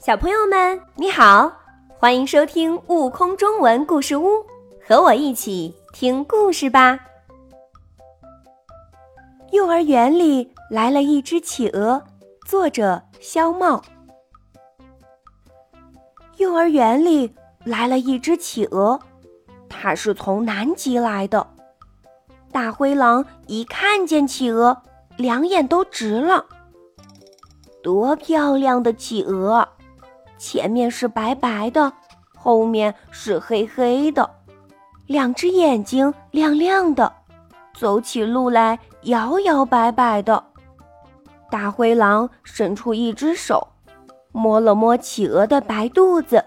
小朋友们，你好，欢迎收听悟空中文故事屋，和我一起听故事吧。幼儿园里来了一只企鹅，作者肖茂。幼儿园里来了一只企鹅，它是从南极来的。大灰狼一看见企鹅，两眼都直了。多漂亮的企鹅！前面是白白的，后面是黑黑的，两只眼睛亮亮的，走起路来摇摇摆摆的。大灰狼伸出一只手，摸了摸企鹅的白肚子。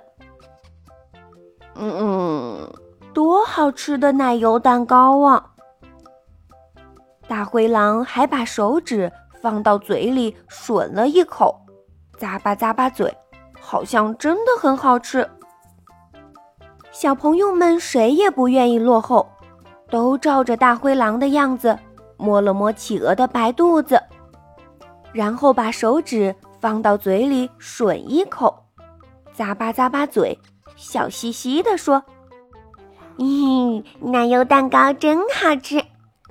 多好吃的奶油蛋糕啊！大灰狼还把手指放到嘴里吮了一口，咂巴咂巴嘴，好像真的很好吃。小朋友们谁也不愿意落后，都照着大灰狼的样子摸了摸企鹅的白肚子，然后把手指放到嘴里吮一口，咂巴咂巴嘴，笑嘻嘻地说：奶油蛋糕真好吃。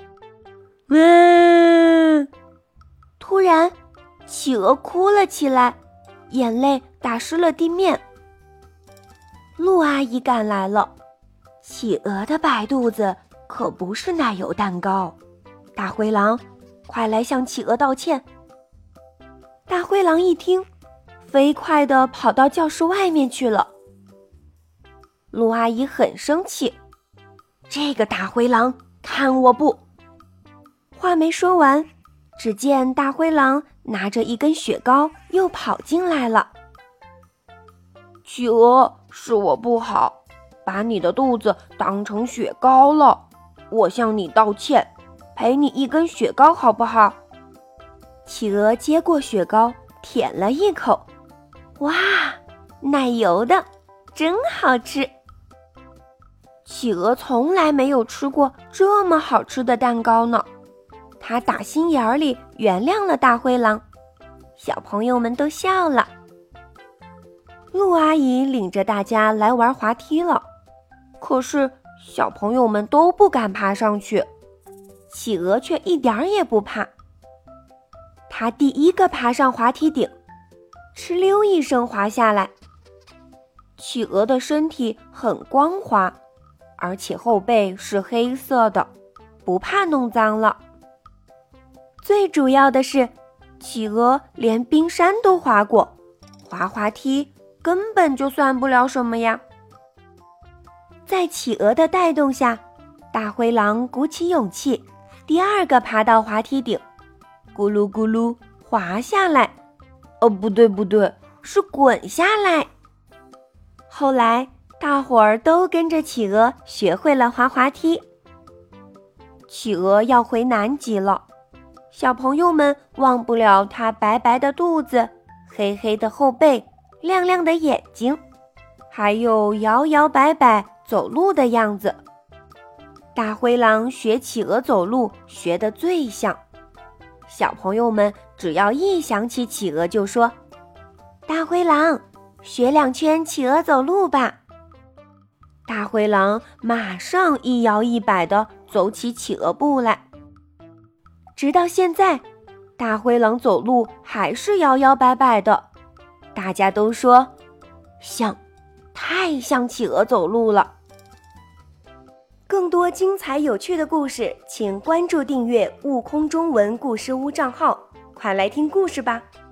突然企鹅哭了起来，眼泪打湿了地面。鹿阿姨赶来了，企鹅的白肚子可不是奶油蛋糕。大灰狼，快来向企鹅道歉。大灰狼一听，飞快地跑到教室外面去了。鹿阿姨很生气，这个大灰狼看我不！话没说完，只见大灰狼拿着一根雪糕又跑进来了。企鹅，是我不好，把你的肚子当成雪糕了，我向你道歉，赔你一根雪糕好不好？企鹅接过雪糕，舔了一口，哇，奶油的，真好吃。企鹅从来没有吃过这么好吃的蛋糕呢，他打心眼里原谅了大灰狼，小朋友们都笑了。鹿阿姨领着大家来玩滑梯了，可是小朋友们都不敢爬上去，企鹅却一点也不怕。他第一个爬上滑梯顶，哧溜一声滑下来。企鹅的身体很光滑，而且后背是黑色的，不怕弄脏了。最主要的是，企鹅连冰山都滑过，滑滑梯根本就算不了什么呀。在企鹅的带动下，大灰狼鼓起勇气，第二个爬到滑梯顶，咕噜咕噜滑下来。不对，是滚下来。后来大伙儿都跟着企鹅学会了滑滑梯。企鹅要回南极了，小朋友们忘不了它白白的肚子，黑黑的后背，亮亮的眼睛，还有摇摇摆摆走路的样子。大灰狼学企鹅走路学得最像，小朋友们只要一想起企鹅就说：大灰狼，学2圈企鹅走路吧。大灰狼马上一摇一摆地走起企鹅步来。直到现在，大灰狼走路还是摇摇摆摆的，大家都说像，太像企鹅走路了。更多精彩有趣的故事，请关注订阅悟空中文故事屋账号，快来听故事吧。